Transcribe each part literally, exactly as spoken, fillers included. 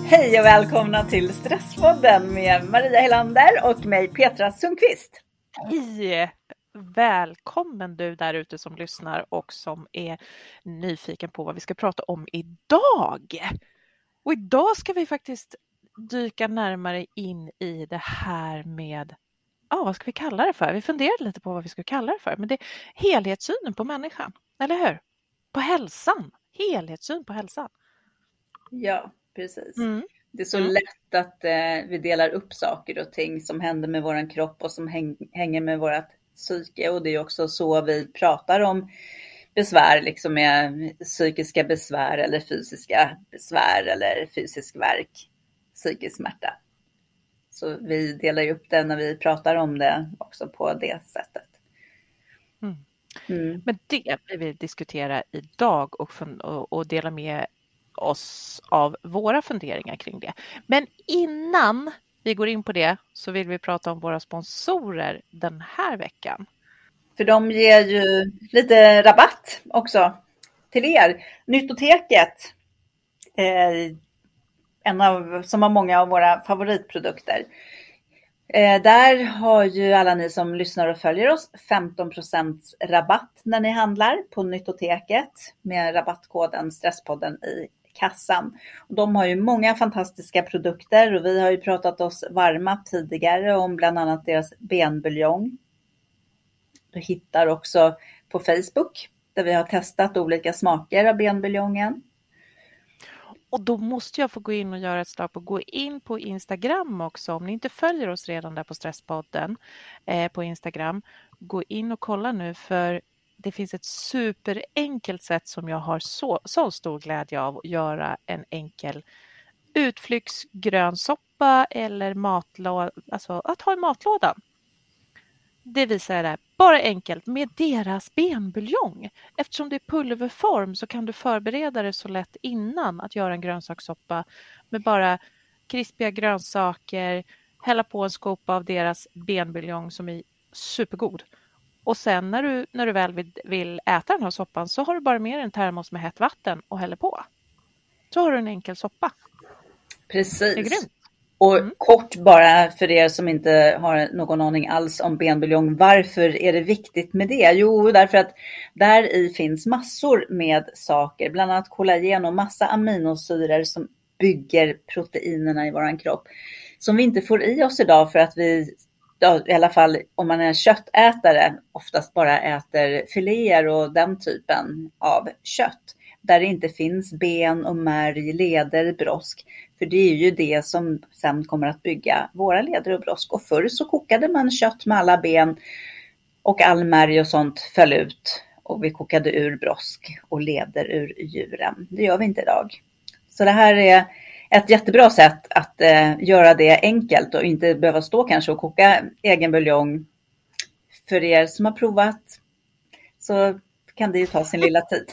Hej och välkomna till Stresspodden med Maria Helander och mig Petra Sundqvist. Hej! Välkommen du där ute som lyssnar och som är nyfiken på vad vi ska prata om idag. Och idag ska vi faktiskt dyka närmare in i det här med, ja, vad ska vi kalla det för? Vi funderade lite på vad vi ska kalla det för, men det är helhetssynen på människan, eller hur? På hälsan, helhetssyn på hälsan. Ja, precis. Mm. Det är så Mm. lätt att eh, vi delar upp saker och ting som händer med våran kropp och som häng, hänger med vårat psyke. Och det är också så vi pratar om besvär, liksom med psykiska besvär eller fysiska besvär eller fysisk värk, psykisk smärta. Så vi delar ju upp det när vi pratar om det också på det sättet. Mm. Mm. Men det vill vi diskutera idag och, och, och dela med oss av våra funderingar kring det. Men innan vi går in på det så vill vi prata om våra sponsorer den här veckan. För de ger ju lite rabatt också till er. Nyttoteket, eh, en av, som har många av våra favoritprodukter. Eh, där har ju alla ni som lyssnar och följer oss femton procent rabatt när ni handlar på Nyttoteket med rabattkoden Stresspodden i kassan. Och de har ju många fantastiska produkter och vi har ju pratat oss varma tidigare om bland annat deras benbuljong. Du hittar också på Facebook där vi har testat olika smaker av benbuljongen. Och då måste jag få gå in och göra ett slag på gå in på Instagram också. Om ni inte följer oss redan där på Stresspodden eh, på Instagram, gå in och kolla nu, för det finns ett superenkelt sätt som jag har så, så stor glädje av att göra en enkel utflyktsgrönsoppa eller matlåda, alltså att ha i matlådan. Det visar jag där, bara enkelt med deras benbuljong. Eftersom det är pulverform så kan du förbereda det så lätt innan att göra en grönsakssoppa med bara krispiga grönsaker, hälla på en skopa av deras benbuljong som är supergod. Och sen när du, när du väl vill, vill äta den här soppan så har du bara med en termos med hett vatten och häller på. Så har du en enkel soppa. Precis. Och mm. kort bara för er som inte har någon aning alls om benbuljong. Varför är det viktigt med det? Jo, därför att där i finns massor med saker. Bland annat kollagen och massa aminosyror som bygger proteinerna i våran kropp. Som vi inte får i oss idag för att vi, ja, i alla fall om man är köttätare, oftast bara äter filéer och den typen av kött. Där det inte finns ben och märg, leder, brosk. För det är ju det som sen kommer att bygga våra leder och brosk. Och förr så kokade man kött med alla ben och all märg och sånt föll ut. Och vi kokade ur brosk och leder ur djuren. Det gör vi inte idag. Så det här är ett jättebra sätt att eh, göra det enkelt och inte behöva stå kanske och koka egen buljong. För er som har provat så kan det ju ta sin lilla tid.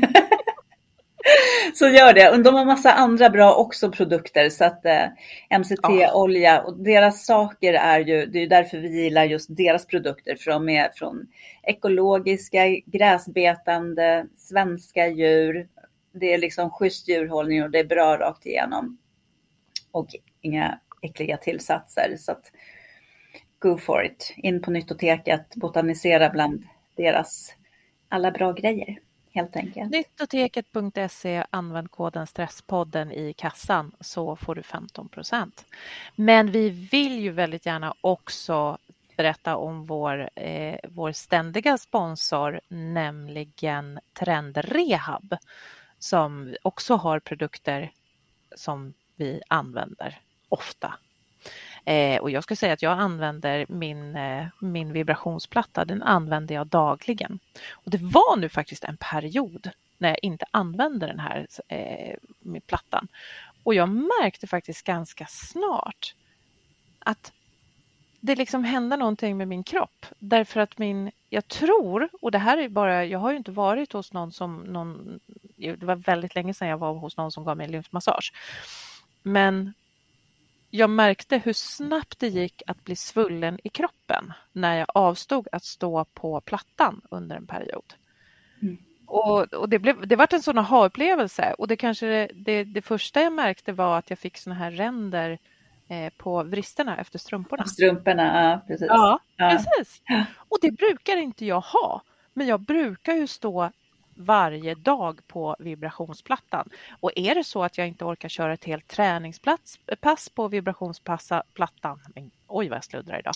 Så gör det. Och de har massa andra bra också produkter. Så att eh, M C T-olja och deras saker är ju, det är ju därför vi gillar just deras produkter. För de är från ekologiska, gräsbetande, svenska djur. Det är liksom schysst djurhållning och det är bra rakt igenom. Och inga äckliga tillsatser. Så att go for it. In på Nyttoteket, botanisera bland deras alla bra grejer. Helt enkelt. Nyttoteket punkt se, använd koden Stresspodden i kassan så får du femton procent. Men vi vill ju väldigt gärna också berätta om vår, eh, vår ständiga sponsor, nämligen Trendrehab, som också har produkter som vi använder ofta. Eh, och jag ska säga att jag använder min, eh, min vibrationsplatta, den använder jag dagligen. Och det var nu faktiskt en period när jag inte använde den här eh, med plattan. Och jag märkte faktiskt ganska snart att det liksom hände någonting med min kropp. Därför att min, jag tror, och det här är bara, jag har ju inte varit hos någon som, någon, det var väldigt länge sedan jag var hos någon som gav mig lymfmassage. Men jag märkte hur snabbt det gick att bli svullen i kroppen när jag avstod att stå på plattan under en period. Mm. Och, och det, blev, det var en sån aha-upplevelse. Och det kanske det, det, det första jag märkte var att jag fick såna här ränder eh, på vristerna efter strumporna. Strumporna, ja precis. Ja, ja. precis. Och det brukar inte jag ha. Men jag brukar ju stå varje dag på vibrationsplattan. Och är det så att jag inte orkar köra ett helt träningspass på vibrationsplattan. Men, oj vad jag sluddrar idag.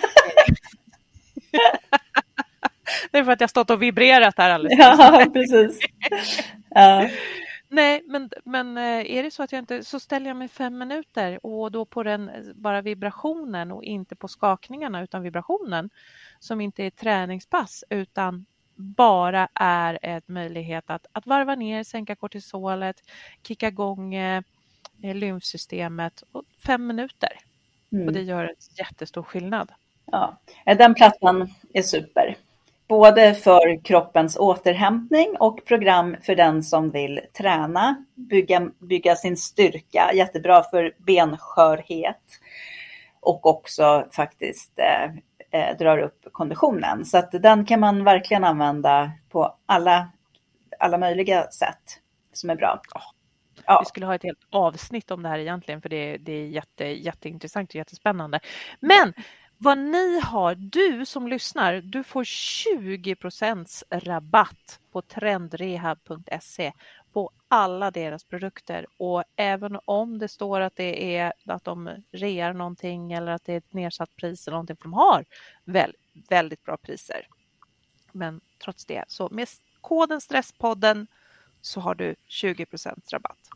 Det är för att jag stått och vibrerat här alldeles. Ja, precis. Ja. Nej, men, men är det så att jag inte, så ställer jag mig fem minuter och då på den bara vibrationen och inte på skakningarna utan vibrationen som inte är träningspass utan bara är en möjlighet att, att varva ner, sänka kortisolet, kicka igång eh, lymfsystemet och fem minuter. Mm. Och det gör en jättestor skillnad. Ja, den plattan är super. Både för kroppens återhämtning och program för den som vill träna, bygga, bygga sin styrka. Jättebra för benskörhet och också faktiskt eh, eh, drar upp konditionen. Så att den kan man verkligen använda på alla, alla möjliga sätt som är bra. Ja. Vi skulle ha ett helt avsnitt om det här egentligen för det, det är jätte, jätteintressant och jättespännande. Men vad ni har, du som lyssnar, du får tjugo procent rabatt på trendrehab punkt se på alla deras produkter. Och även om det står att det är att de rear någonting eller att det är ett nedsatt pris eller någonting, för de har väl, väldigt bra priser. Men trots det, så med koden Stresspodden så har du tjugo procent rabatt.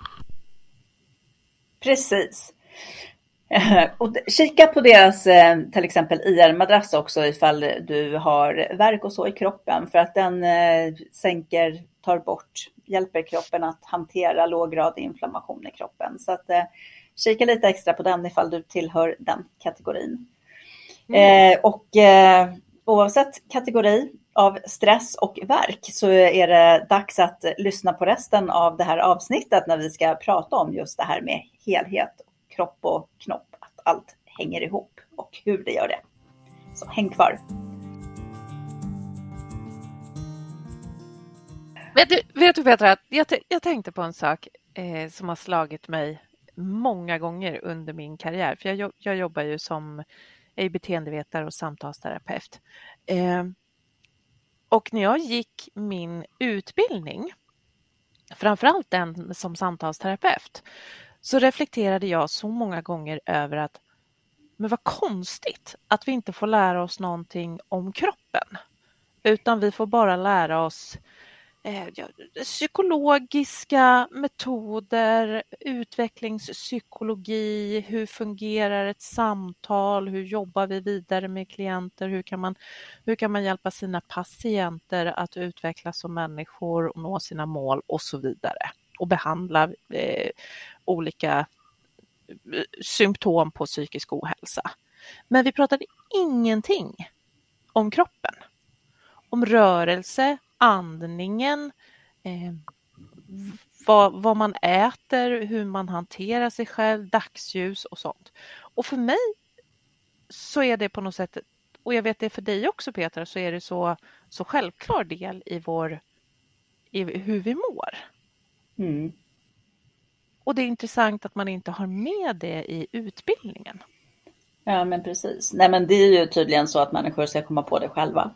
Precis. Och kika på deras till exempel I R-madrass också ifall du har värk och så i kroppen, för att den sänker, tar bort, hjälper kroppen att hantera låggradig inflammation i kroppen. Så att kika lite extra på den ifall du tillhör den kategorin. Mm. Eh, och eh, oavsett kategori av stress och värk så är det dags att lyssna på resten av det här avsnittet när vi ska prata om just det här med helhet, kropp och knopp, att allt hänger ihop och hur det gör det. Så häng kvar. Vet du, vet du Petra, jag, jag tänkte på en sak eh, som har slagit mig många gånger under min karriär. För jag, jag jobbar ju som beteendevetare och samtalsterapeut. Eh, och när jag gick min utbildning, framförallt den som samtalsterapeut, så reflekterade jag så många gånger över att men vad konstigt att vi inte får lära oss någonting om kroppen. Utan vi får bara lära oss eh, psykologiska metoder, utvecklingspsykologi, hur fungerar ett samtal, hur jobbar vi vidare med klienter, hur kan man, hur kan man hjälpa sina patienter att utvecklas som människor och nå sina mål och så vidare. Och behandla eh, olika symptom på psykisk ohälsa. Men vi pratade ingenting om kroppen. Om rörelse, andningen, eh, vad, vad man äter, hur man hanterar sig själv, dagsljus och sånt. Och för mig så är det på något sätt, och jag vet det för dig också Petra, så är det så, så självklar del i, vår, i hur vi mår. Mm. Och det är intressant att man inte har med det i utbildningen. Ja, men precis. Nej, men det är ju tydligen så att människor ska komma på det själva.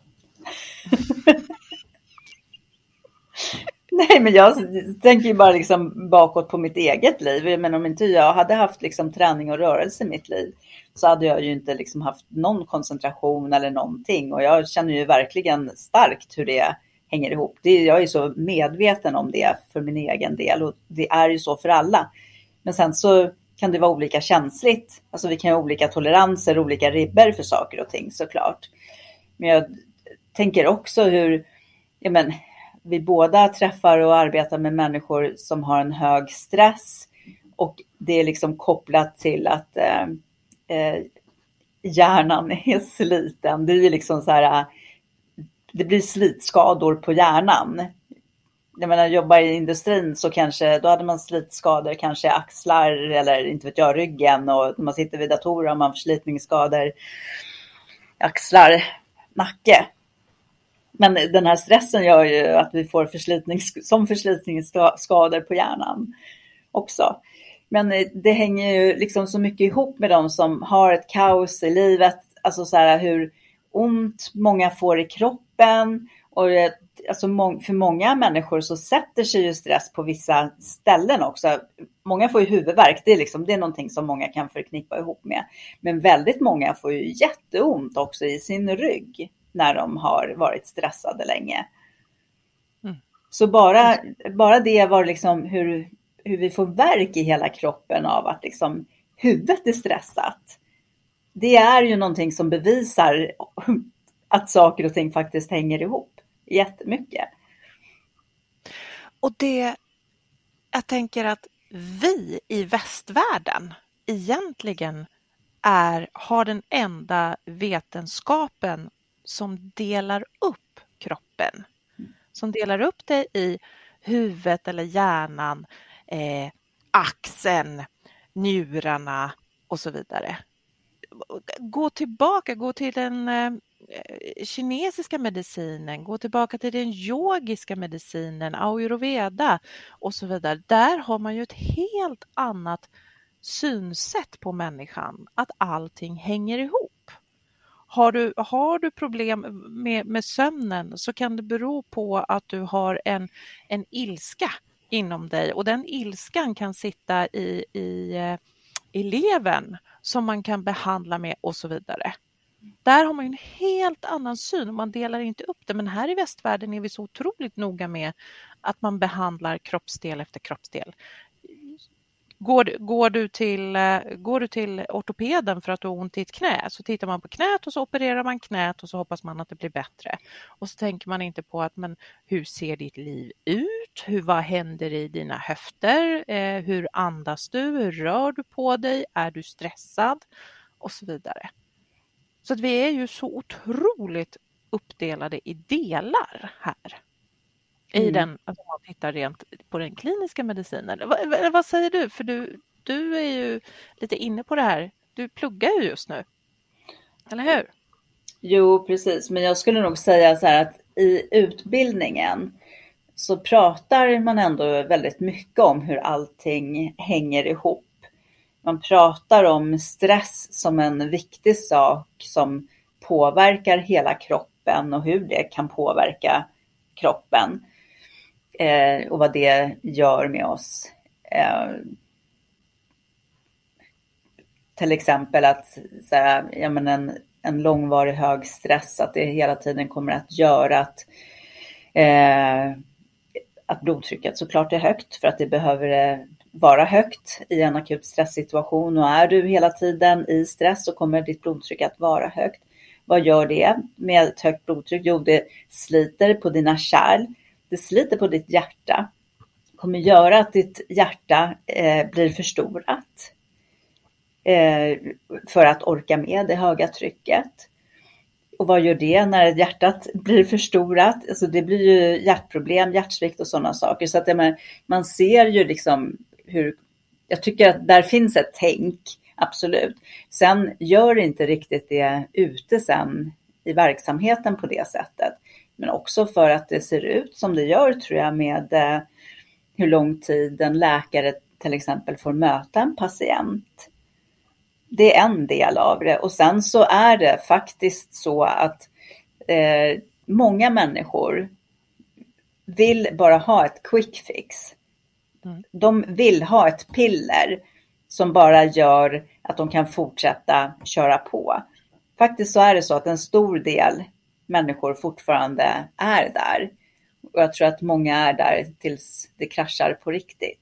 Nej, men jag tänker ju bara liksom bakåt på mitt eget liv. Men om inte jag hade haft liksom träning och rörelse i mitt liv så hade jag ju inte liksom haft någon koncentration eller någonting. Och jag känner ju verkligen starkt hur det hänger ihop. Det, jag är så medveten om det för min egen del och det är ju så för alla. Men sen så kan det vara olika känsligt. Alltså vi kan ha olika toleranser, olika ribber för saker och ting såklart. Men jag tänker också hur ja men, vi båda träffar och arbetar med människor som har en hög stress. Och det är liksom kopplat till att eh, eh, hjärnan är sliten. Det är liksom så här, det blir slitskador på hjärnan. Jag menar, jobbar i industrin så kanske, då hade man slitskador kanske axlar eller inte vet jag, ryggen. Och när man sitter vid datorer har man förslitningsskador, axlar, nacke. Men den här stressen gör ju att vi får förslitnings, som förslitningsskador på hjärnan också. Men det hänger ju liksom så mycket ihop med de som har ett kaos i livet. Alltså så här hur ont många får i kroppen. Och alltså för många människor så sätter sig ju stress på vissa ställen också. Många får ju huvudvärk. Det är, liksom, det är någonting som många kan förknippa ihop med. Men väldigt många får ju jätteont också i sin rygg när de har varit stressade länge. Mm. Så bara, bara det var liksom hur, hur vi får värk i hela kroppen av att liksom huvudet är stressat. Det är ju någonting som bevisar att saker och ting faktiskt hänger ihop jättemycket. Och det, jag tänker att vi i västvärlden egentligen är, har den enda vetenskapen som delar upp kroppen. Som delar upp det i huvudet eller hjärnan, eh, axeln, njurarna och så vidare. Gå tillbaka, gå till den eh, kinesiska medicinen, gå tillbaka till den yogiska medicinen, ayurveda och så vidare. Där har man ju ett helt annat synsätt på människan, att allting hänger ihop. Har du, har du problem med, med sömnen så kan det bero på att du har en, en ilska inom dig, och den ilskan kan sitta i, i, i levern som man kan behandla med och så vidare. Där har man ju en helt annan syn och man delar inte upp det. Men här i västvärlden är vi så otroligt noga med att man behandlar kroppsdel efter kroppsdel. Går, går, du till, går du till ortopeden för att du har ont i ett knä, så tittar man på knät och så opererar man knät och så hoppas man att det blir bättre. Och så tänker man inte på att men hur ser ditt liv ut? Hur, vad händer i dina höfter? Eh, hur andas du? Hur rör du på dig? Är du stressad? Och så vidare. Så att vi är ju så otroligt uppdelade i delar här. I mm. den, alltså man tittar rent på den kliniska medicinen. Vad, vad säger du? För du, du är ju lite inne på det här. Du pluggar ju just nu. Eller hur? Jo, precis. Men jag skulle nog säga så här att i utbildningen så pratar man ändå väldigt mycket om hur allting hänger ihop. Man pratar om stress som en viktig sak som påverkar hela kroppen och hur det kan påverka kroppen. Eh, och vad det gör med oss. Eh, till exempel att så här, ja, men en, en långvarig hög stress, att det hela tiden kommer att göra att, eh, att blodtrycket såklart är högt, för att det behöver vara högt i en akut stresssituation. Och är du hela tiden i stress så kommer ditt blodtryck att vara högt. Vad gör det med ett högt blodtryck? Jo, det sliter på dina kärl. Det sliter på ditt hjärta. Det kommer göra att ditt hjärta eh, blir förstorat. Eh, för att orka med det höga trycket. Och vad gör det när hjärtat blir förstorat? Alltså det blir ju hjärtproblem, hjärtsvikt och sådana saker. Så att det, man, man ser ju liksom hur... Jag tycker att där finns ett tänk, absolut. Sen gör inte riktigt det ute sen i verksamheten på det sättet. Men också för att det ser ut som det gör, tror jag, med eh, hur lång tid en läkare till exempel får möta en patient. Det är en del av det. Och sen så är det faktiskt så att eh, många människor vill bara ha ett quick fix. Mm. De vill ha ett piller som bara gör att de kan fortsätta köra på. Faktiskt så är det så att en stor del människor fortfarande är där. Och jag tror att många är där tills det kraschar på riktigt.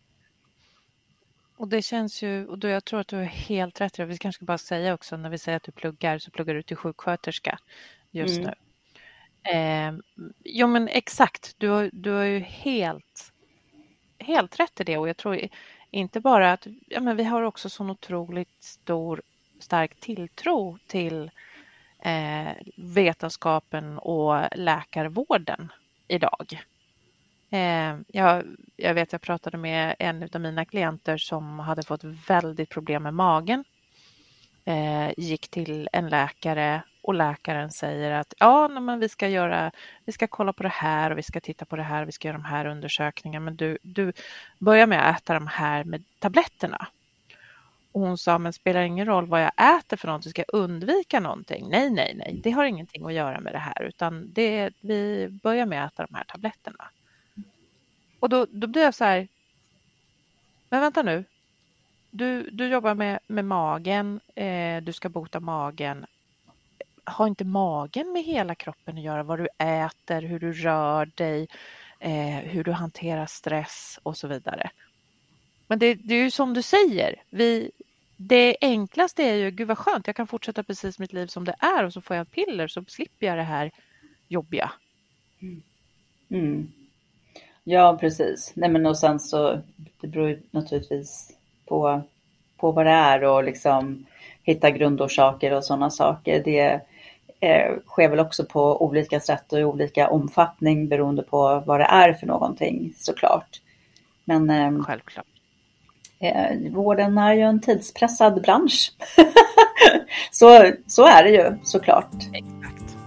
Och det känns ju, och då jag tror att du är helt rätt. Vi kanske ska bara säga också, när vi säger att du pluggar, så pluggar du till sjuksköterska just mm. nu. Eh, jo men exakt, du har, du har ju helt, helt rätt i det. Och jag tror inte bara att, ja men vi har också så otroligt stor, stark tilltro till eh, vetenskapen och läkarvården idag. Eh, jag, jag vet jag pratade med en av mina klienter som hade fått väldigt problem med magen. Eh, gick till en läkare och läkaren säger att ja, men vi ska göra, vi ska kolla på det här och vi ska titta på det här och vi ska göra de här undersökningarna, men du, du börjar med att äta de här med tabletterna. Och hon sa, men spelar ingen roll vad jag äter för någonting, ska jag undvika någonting? Nej, nej, nej, det har ingenting att göra med det här, utan det, vi börjar med att äta de här tabletterna. Och då, då blir jag så här, men vänta nu, du, du jobbar med, med magen, eh, du ska bota magen. Har inte magen med hela kroppen att göra, vad du äter, hur du rör dig, eh, hur du hanterar stress och så vidare. Men det, det är ju som du säger, vi, det enklaste är ju, gud vad skönt, jag kan fortsätta precis mitt liv som det är och så får jag piller så slipper jag det här jobbiga. Mm. Mm. Ja, precis. Nej, men och sen så, det beror ju naturligtvis på, på vad det är och liksom hitta grundorsaker och sådana saker. Det eh, sker väl också på olika sätt och i olika omfattning beroende på vad det är för någonting, såklart. Men eh, självklart. Eh, vården är ju en tidspressad bransch. så, så är det ju, såklart. Exakt.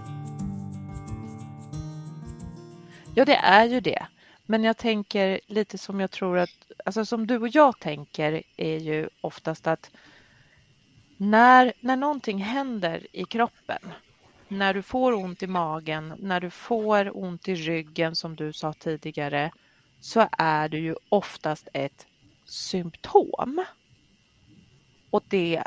Ja, det är ju det. Men jag tänker lite som jag tror att, alltså som du och jag tänker är ju oftast att när, när någonting händer i kroppen, när du får ont i magen, när du får ont i ryggen som du sa tidigare, så är det ju oftast ett symptom. Och det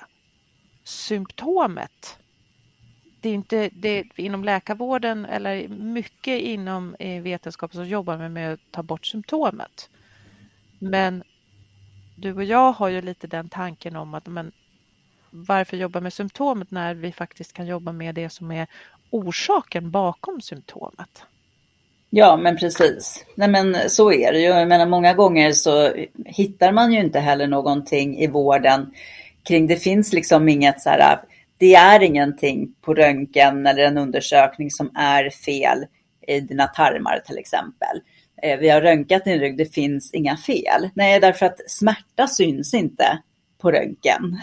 symptomet, det är inte det inom läkarvården eller mycket inom vetenskap som jobbar med, med att ta bort symptomet. Men du och jag har ju lite den tanken om att men, varför jobba med symptomet när vi faktiskt kan jobba med det som är orsaken bakom symptomet. Ja, men precis. Nej, men så är det ju. Jag menar, många gånger så hittar man ju inte heller någonting i vården kring, det finns liksom inget så här, det är ingenting på röntgen eller en undersökning som är fel i dina tarmar till exempel. Vi har röntgat din rygg, det finns inga fel. Nej, därför att smärta syns inte på röntgen.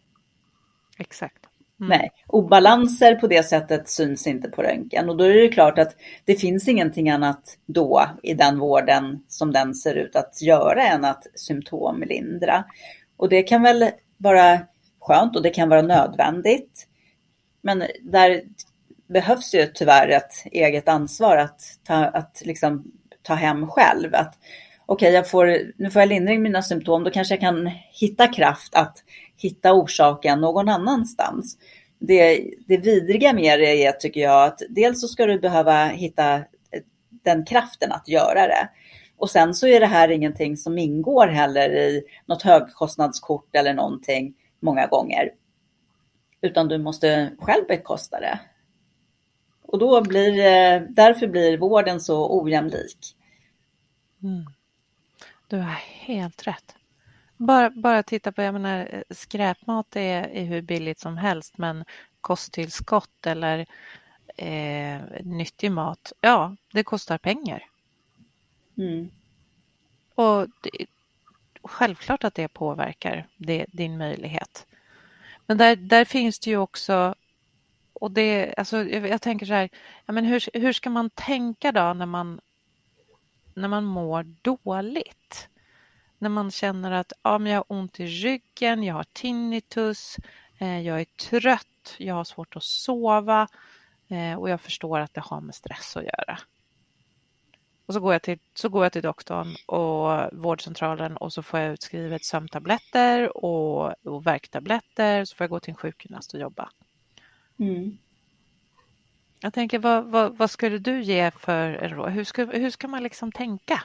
Exakt. Mm. Nej, obalanser på det sättet syns inte på röntgen. Och då är det klart att det finns ingenting annat då i den vården som den ser ut att göra än att symptomlindra. Och det kan väl vara skönt och det kan vara nödvändigt. Men där behövs ju tyvärr ett eget ansvar att ta, att liksom ta hem själv. Att okej, jag får, nu får jag lindring mina symptom, då kanske jag kan hitta kraft att hitta orsaken någon annanstans. Det, det vidriga med det är, tycker jag, att dels så ska du behöva hitta den kraften att göra det. Och sen så är det här ingenting som ingår heller i något högkostnadskort eller någonting många gånger. Utan du måste själv bekosta det. Och då blir, därför blir vården så ojämlik. Mm. Du har helt rätt. Bara, bara titta på, jag menar, skräpmat är, är hur billigt som helst, men kosttillskott eller eh, nyttig mat, ja, det kostar pengar. Mm. Och det, självklart att det påverkar det, din möjlighet. Men där, där finns det ju också, och det, alltså, jag, jag tänker så här, ja, men hur, hur ska man tänka då när man, när man mår dåligt? När man känner att ja, men jag har ont i ryggen, jag har tinnitus, eh, jag är trött, jag har svårt att sova eh, och jag förstår att det har med stress att göra. Och så går jag till, så går jag till doktorn och vårdcentralen och så får jag utskrivet sömntabletter och, och värktabletter, så får jag gå till en sjukgymnast och jobba. Mm. Jag tänker, vad, vad, vad skulle du ge för råd? Hur ska, hur ska man liksom tänka?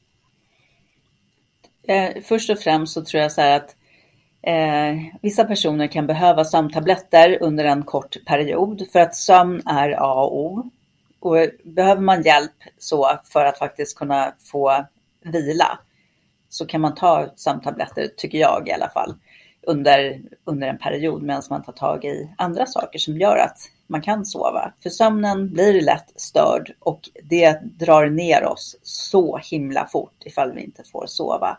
Eh, först och främst så tror jag så här att eh, vissa personer kan behöva sömntabletter under en kort period, för att sömn är A och O. Och behöver man hjälp så för att faktiskt kunna få vila, så kan man ta sömntabletter, tycker jag i alla fall, under, under en period medan man tar tag i andra saker som gör att man kan sova. För sömnen blir lätt störd och det drar ner oss så himla fort ifall vi inte får sova.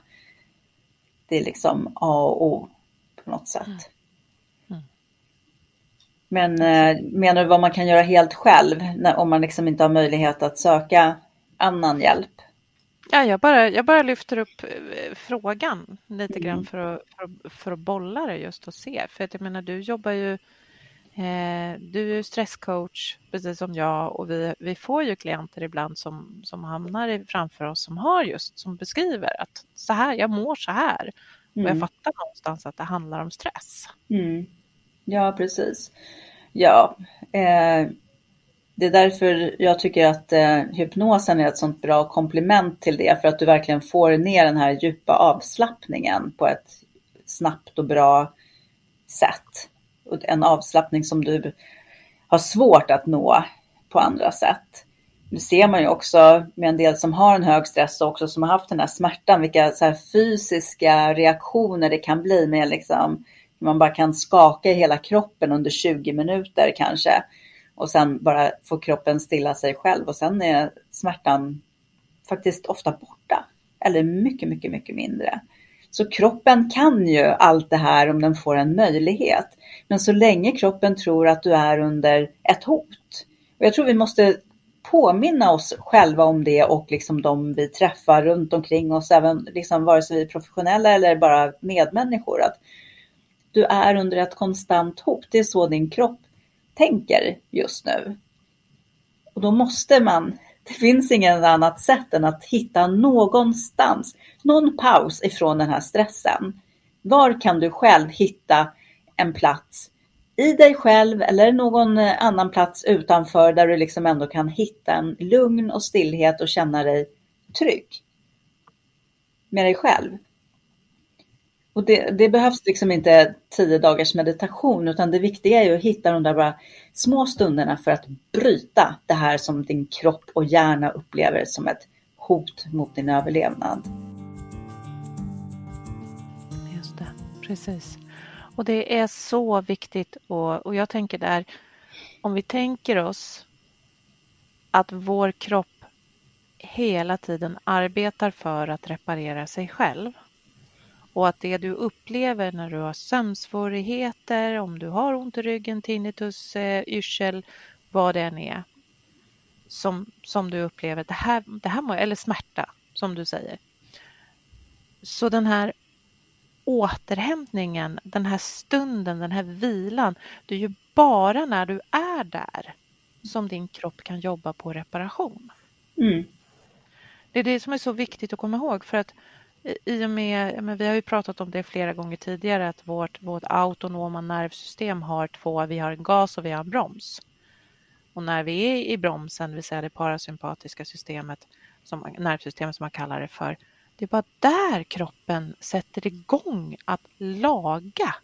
Det är liksom A och O på något sätt. Mm. Mm. Men eh, menar du vad man kan göra helt själv när, om man liksom inte har möjlighet att söka annan hjälp? Ja, jag bara, jag bara lyfter upp frågan lite grann Mm. för att, för, att, för att bolla det just och se. För att jag menar, du jobbar ju, eh, du är stresscoach precis som jag, och vi, vi får ju klienter ibland som, som hamnar framför oss som har just, som beskriver att så här, jag mår så här. Mm. Och jag fattar någonstans att det handlar om stress. Mm. Ja, precis. Ja, eh, det är därför jag tycker att eh, hypnosen är ett sånt bra komplement till det. För att du verkligen får ner den här djupa avslappningen på ett snabbt och bra sätt. Och en avslappning som du har svårt att nå på andra sätt. Det ser man ju också med en del som har en hög stress och också som har haft den här smärtan. Vilka så här fysiska reaktioner det kan bli med liksom, man bara kan skaka i hela kroppen under tjugo minuter kanske. Och sen bara får kroppen stilla sig själv. Och sen är smärtan faktiskt ofta borta. Eller mycket, mycket, mycket mindre. Så kroppen kan ju allt det här om den får en möjlighet. Men så länge kroppen tror att du är under ett hot. Och jag tror vi måste påminna oss själva om det. Och liksom de vi träffar runt omkring oss. Även liksom vare sig vi är professionella eller bara medmänniskor. Att du är under ett konstant hot. Det är så din kropp tänker just nu. Och då måste man, det finns inget annat sätt än att hitta någonstans, någon paus ifrån den här stressen. Var kan du själv hitta en plats i dig själv eller någon annan plats utanför där du liksom ändå kan hitta en lugn och stillhet och känna dig trygg med dig själv. Och det, det behövs liksom inte tio dagars meditation, utan det viktiga är ju att hitta de där bara små stunderna för att bryta det här som din kropp och hjärna upplever som ett hot mot din överlevnad. Just det, precis. Och det är så viktigt, och, och jag tänker där, om vi tänker oss att vår kropp hela tiden arbetar för att reparera sig själv. Och att det du upplever när du har sömnsvårigheter, om du har ont i ryggen, tinnitus, yrsel, vad det än är. Som, som du upplever, det här, det här, eller smärta som du säger. Så den här återhämtningen, den här stunden, den här vilan. Det är ju bara när du är där som din kropp kan jobba på reparation. Mm. Det är det som är så viktigt att komma ihåg, för att i och med, men vi har ju pratat om det flera gånger tidigare, att vårt, vårt autonoma nervsystem har två, vi har en gas och vi har en broms. Och när vi är i bromsen, det vill säga det parasympatiska systemet, som, nervsystemet som man kallar det för, det är bara där kroppen sätter igång att laga,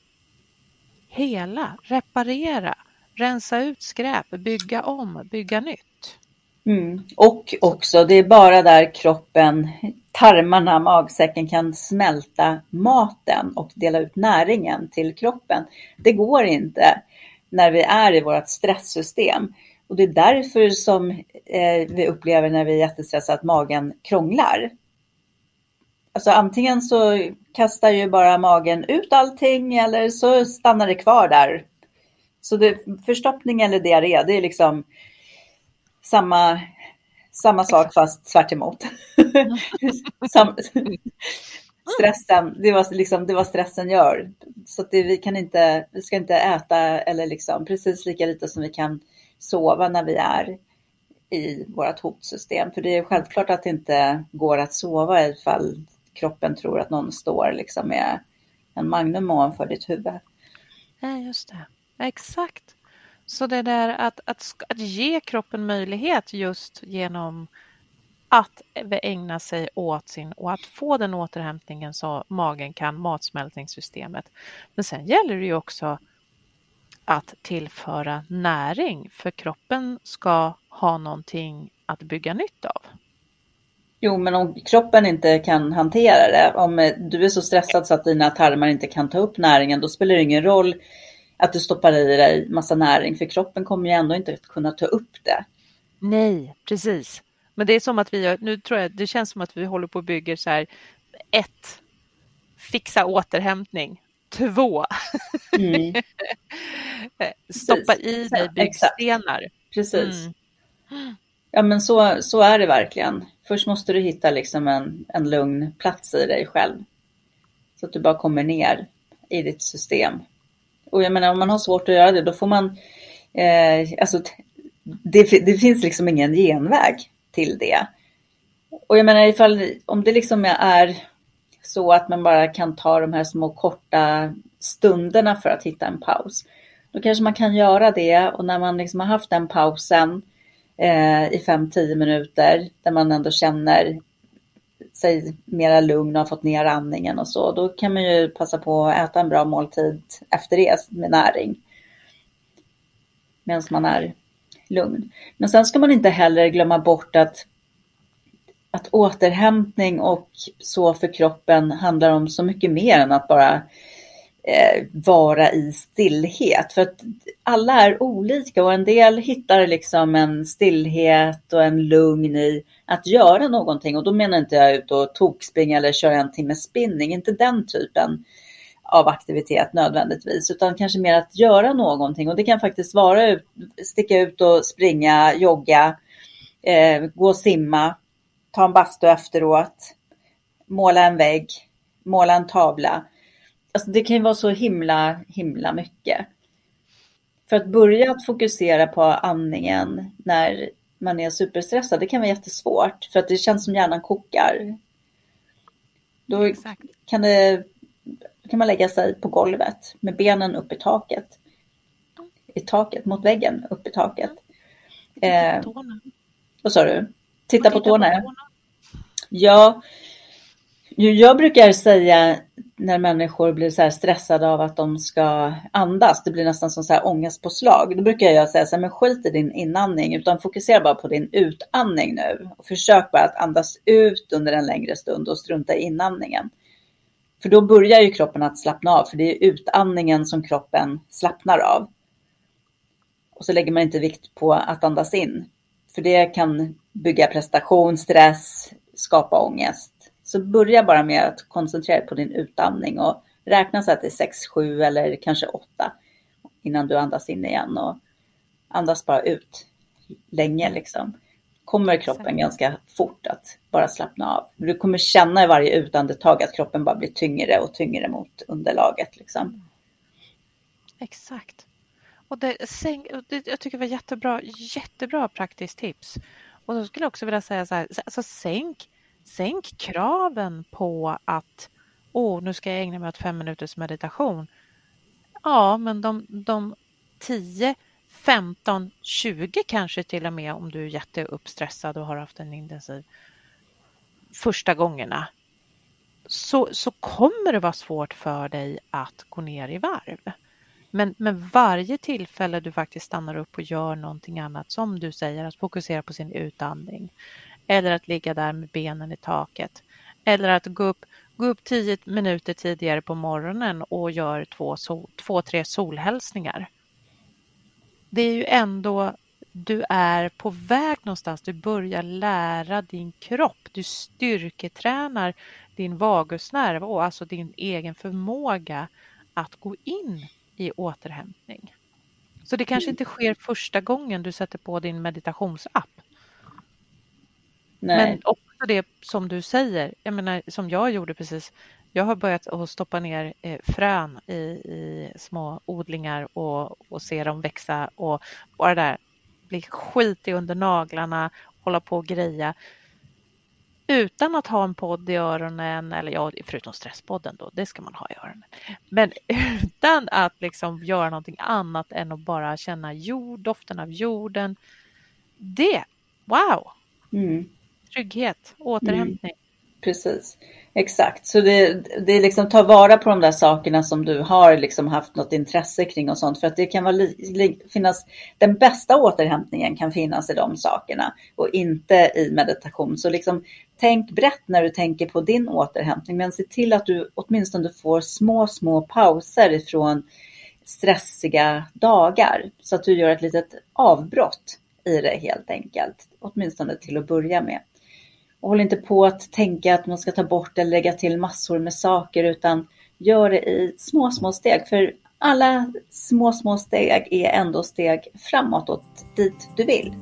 hela, reparera, rensa ut skräp, bygga om, bygga nytt. Mm. Och också, det är bara där kroppen, tarmarna, magsäcken kan smälta maten och dela ut näringen till kroppen. Det går inte när vi är i vårt stresssystem. Och det är därför som eh, vi upplever när vi är jättestressade att magen krånglar. Alltså antingen så kastar ju bara magen ut allting eller så stannar det kvar där. Så det, förstoppning eller diarré, det är liksom samma, samma sak fast tvärt emot. Sam, stressen, det var liksom det var stressen gör. Så att det, vi kan inte, vi ska inte äta eller liksom precis lika lite som vi kan sova när vi är i vårt hotsystem. För det är självklart att det inte går att sova ifall kroppen tror att någon står liksom med en magnum ovanför ditt huvud. Ja, just det. Exakt. Så det där att, att, att ge kroppen möjlighet just genom att ägna sig åt sin och att få den återhämtningen så magen kan, matsmältningssystemet. Men sen gäller det ju också att tillföra näring, för kroppen ska ha någonting att bygga nytt av. Jo, men om kroppen inte kan hantera det, om du är så stressad så att dina tarmar inte kan ta upp näringen, då spelar det ingen roll att du stoppar i dig massa näring, för kroppen kommer ju ändå inte att kunna ta upp det. Nej, precis. Men det är som att vi, nu tror jag, det känns som att vi håller på att bygga så här, ett, fixa återhämtning, två, mm. stoppa i dig byggstenar. Precis. Mm. Ja, men så, så är det verkligen. Först måste du hitta liksom en, en lugn plats i dig själv. Så att du bara kommer ner i ditt system. Och jag menar, om man har svårt att göra det, då får man... Eh, alltså, det, det finns liksom ingen genväg till det. Och jag menar, ifall, om det liksom är så att man bara kan ta de här små korta stunderna för att hitta en paus. Då kanske man kan göra det, och när man liksom har haft den pausen eh, i fem till tio minuter, där man ändå känner sig mera lugn och har fått ner andningen och så, då kan man ju passa på att äta en bra måltid efter det med näring. Medan man är lugn. Men sen ska man inte heller glömma bort att att återhämtning och så för kroppen handlar om så mycket mer än att bara eh, vara i stillhet. För att alla är olika, och en del hittar liksom en stillhet och en lugn i att göra någonting. Och då menar inte jag ut och tokspringa eller köra en timme spinning. Inte den typen av aktivitet nödvändigtvis, utan kanske mer att göra någonting. Och det kan faktiskt vara ut, sticka ut och springa, jogga, eh, gå och simma, ta en bastu efteråt, måla en vägg, måla en tavla. Alltså det kan ju vara så himla, himla mycket. För att börja att fokusera på andningen när man är superstressad, det kan vara jättesvårt. För att det känns som hjärnan kokar. Då Exakt. kan det... kan man lägga sig på golvet med benen upp i taket. I taket, mot väggen, upp i taket. Eh, vad sa du? Titta på tårna. Ja, jag brukar säga när människor blir så här stressade av att de ska andas, det blir nästan som så här ångestpåslag. Då brukar jag säga så här, men skit i din inandning, utan fokusera bara på din utandning nu. Och försök bara att andas ut under en längre stund och strunta i inandningen. För då börjar ju kroppen att slappna av. För det är utandningen som kroppen slappnar av. Och så lägger man inte vikt på att andas in. För det kan bygga prestation, stress, skapa ångest. Så börja bara med att koncentrera dig på din utandning. Och räkna så att det är sex, sju eller kanske åtta. Innan du andas in igen. Och andas bara ut länge liksom. Kommer kroppen ganska fort att bara slappna av. Du kommer känna i varje utandetag att kroppen bara blir tyngre och tyngre mot underlaget. Liksom. Exakt. Och det, det, jag tycker det var jättebra, jättebra praktiskt tips. Och då skulle jag också vilja säga så här, alltså sänk, sänk kraven på att åh, nu ska jag ägna mig åt fem minuters meditation. Ja, men de, de tio, femton, tjugo kanske till och med, om du är jätteuppstressad och har haft en intensiv första gångerna, så, så kommer det vara svårt för dig att gå ner i varv. Men, men varje tillfälle du faktiskt stannar upp och gör någonting annat, som du säger, att fokusera på sin utandning, eller att ligga där med benen i taket, eller att gå upp, gå upp tio minuter tidigare på morgonen och gör två, sol, två tre solhälsningar. Det är ju ändå, du är på väg någonstans, du börjar lära din kropp, du styrketränar din vagusnerv och alltså din egen förmåga att gå in i återhämtning. Så det kanske inte sker första gången du sätter på din meditationsapp. Nej. Men också det som du säger, jag menar, som jag gjorde precis. Jag har börjat att stoppa ner eh, frön i, i små odlingar och, och se dem växa och bara där bli skitig under naglarna, hålla på och greja. Utan att ha en podd i öronen, eller ja, förutom stresspodden då, det ska man ha i öronen. Men utan att liksom göra någonting annat än att bara känna jord, doften av jorden. Det, wow! Mm. Trygghet, återhämtning. Mm. Precis, exakt. Så det, det är liksom ta vara på de där sakerna som du har liksom haft något intresse kring och sånt. För att det kan vara li, li, finnas, den bästa återhämtningen kan finnas i de sakerna och inte i meditation. Så liksom tänk brett när du tänker på din återhämtning, men se till att du åtminstone får små, små pauser ifrån stressiga dagar. Så att du gör ett litet avbrott i det helt enkelt, åtminstone till att börja med. Och håll inte på att tänka att man ska ta bort eller lägga till massor med saker, utan gör det i små, små steg. För alla små, små steg är ändå steg framåt åt dit du vill.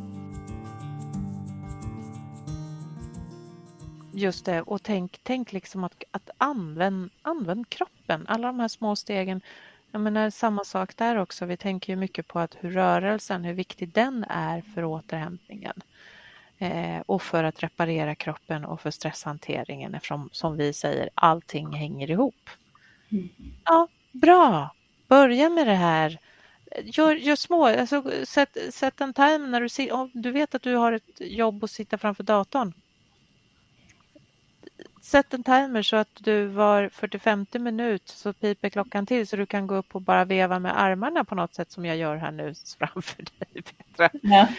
Just det, och tänk, tänk liksom att, att använd, använd kroppen. Alla de här små stegen. Jag menar, samma sak där också. Vi tänker ju mycket på att hur rörelsen, hur viktig den är för återhämtningen. Eh, och för att reparera kroppen och för stresshanteringen. Eftersom, som vi säger, allting hänger ihop. Mm. Ja, bra. Börja med det här. Gör, gör små, alltså, sätt, sätt en time när du ser, om du vet att du har ett jobb att sitta framför datorn. Sätt en timer så att du var fyrtiofem minut så piper klockan till så du kan gå upp och bara veva med armarna på något sätt som jag gör här nu framför dig, Petra. Ja.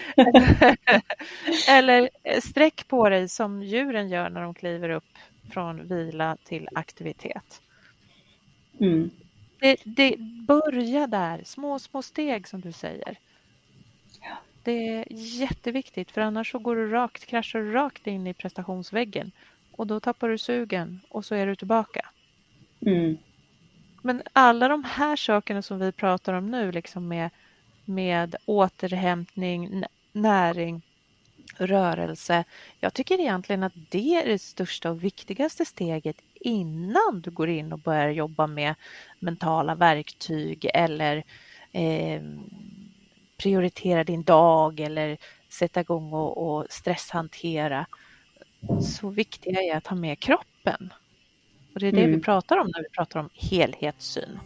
Eller sträck på dig som djuren gör när de kliver upp från vila till aktivitet. Mm. Det, det börja där, små små steg som du säger. Ja. Det är jätteviktigt, för annars så går du rakt, kraschar du rakt in i prestationsväggen. Och då tappar du sugen och så är du tillbaka. Mm. Men alla de här sakerna som vi pratar om nu, liksom med, med återhämtning, näring, rörelse. Jag tycker egentligen att det är det största och viktigaste steget innan du går in och börjar jobba med mentala verktyg eller eh, prioritera din dag eller sätta igång och, och stresshantera. Så viktiga är att ha med kroppen. Och det är det mm. vi pratar om när vi pratar om helhetssyn.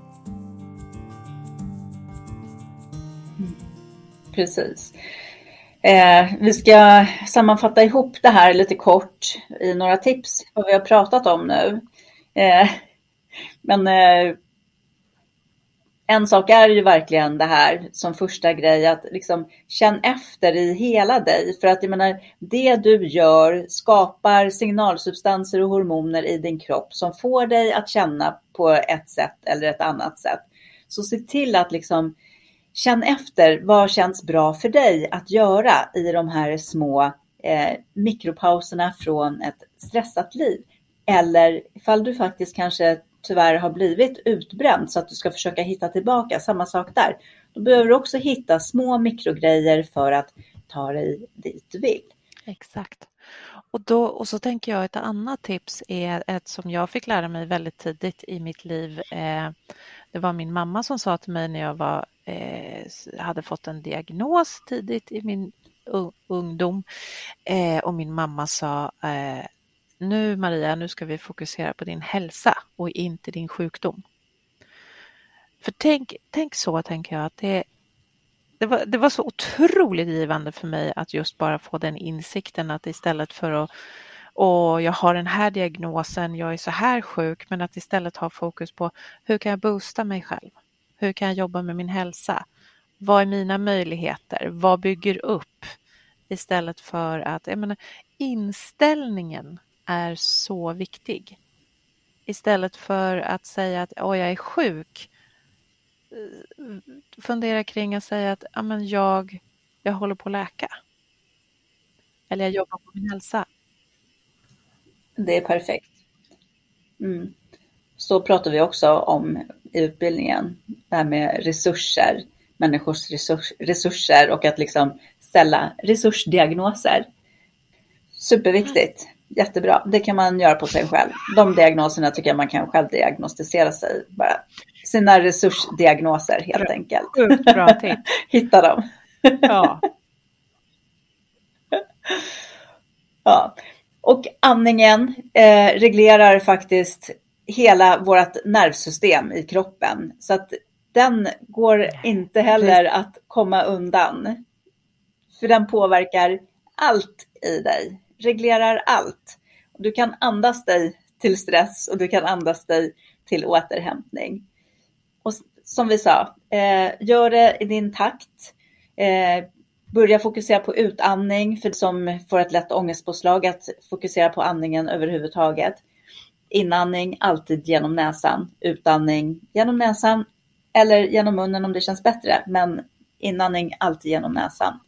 Mm. Precis. Eh, vi ska sammanfatta ihop det här lite kort i några tips vad vi har pratat om nu. Eh, men eh, en sak är ju verkligen det här som första grej, att liksom känn efter i hela dig. För att jag menar, det du gör skapar signalsubstanser och hormoner i din kropp som får dig att känna på ett sätt eller ett annat sätt. Så se till att liksom känn efter vad känns bra för dig att göra i de här små eh, mikropauserna från ett stressat liv. Eller ifall du faktiskt kanske tyvärr har blivit utbränd så att du ska försöka hitta tillbaka, samma sak där. Då behöver du också hitta små mikrogrejer för att ta dig dit du vill. Exakt. Och, då, och så tänker jag ett annat tips är ett som jag fick lära mig väldigt tidigt i mitt liv. Eh, det var min mamma som sa till mig när jag var, eh, hade fått en diagnos tidigt i min un- ungdom. Eh, och min mamma sa... Eh, Nu Maria, nu ska vi fokusera på din hälsa och inte din sjukdom. För tänk, tänk så, tänker jag, att det, det, var, det var så otroligt givande för mig att just bara få den insikten att istället för att, åh, jag har den här diagnosen, jag är så här sjuk, men att istället ha fokus på hur kan jag boosta mig själv? Hur kan jag jobba med min hälsa? Vad är mina möjligheter? Vad bygger upp? Istället för att, jag menar, inställningen är så viktig. Istället för att säga att åh, jag är sjuk. Fundera kring att säga att ja, men jag, jag håller på att läka. Eller jag jobbar på min hälsa. Det är perfekt. Mm. Så pratar vi också om i utbildningen. Det här med resurser. Människors resurs, resurser och att liksom ställa resursdiagnoser. Superviktigt. Mm. Jättebra. Det kan man göra på sig själv. De diagnoserna tycker jag man kan själv diagnostisera sig. Bara sina resursdiagnoser helt bra. Enkelt. Bra tips. Hitta dem. Ja. Ja. Och andningen eh, reglerar faktiskt hela vårt nervsystem i kroppen. Så att den går inte heller att komma undan. För den påverkar allt i dig. Reglerar allt. Du kan andas dig till stress och du kan andas dig till återhämtning. Och som vi sa, eh, gör det i din takt. Eh, börja fokusera på utandning för som får ett lätt ångestpåslag, att fokusera på andningen överhuvudtaget. Inandning alltid genom näsan, utandning genom näsan eller genom munnen om det känns bättre, men inandning alltid genom näsan.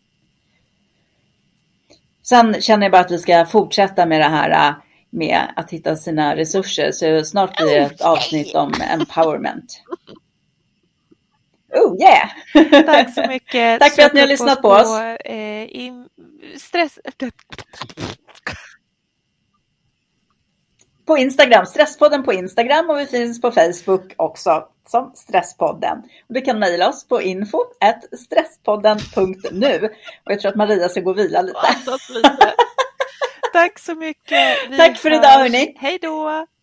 Sen känner jag bara att vi ska fortsätta med det här med att hitta sina resurser. Så snart blir det ett avsnitt om empowerment. Oh yeah! Tack så mycket. Tack för att ni har lyssnat på oss. På, eh, i stress... på Instagram, Stresspodden på Instagram, och vi finns på Facebook också som Stresspodden. Och du kan mejla oss på info at stresspodden punkt nu. Och jag tror att Maria ska gå och vila lite. lite. Tack så mycket. Vi Tack för hörs. idag, hörni. Hej då!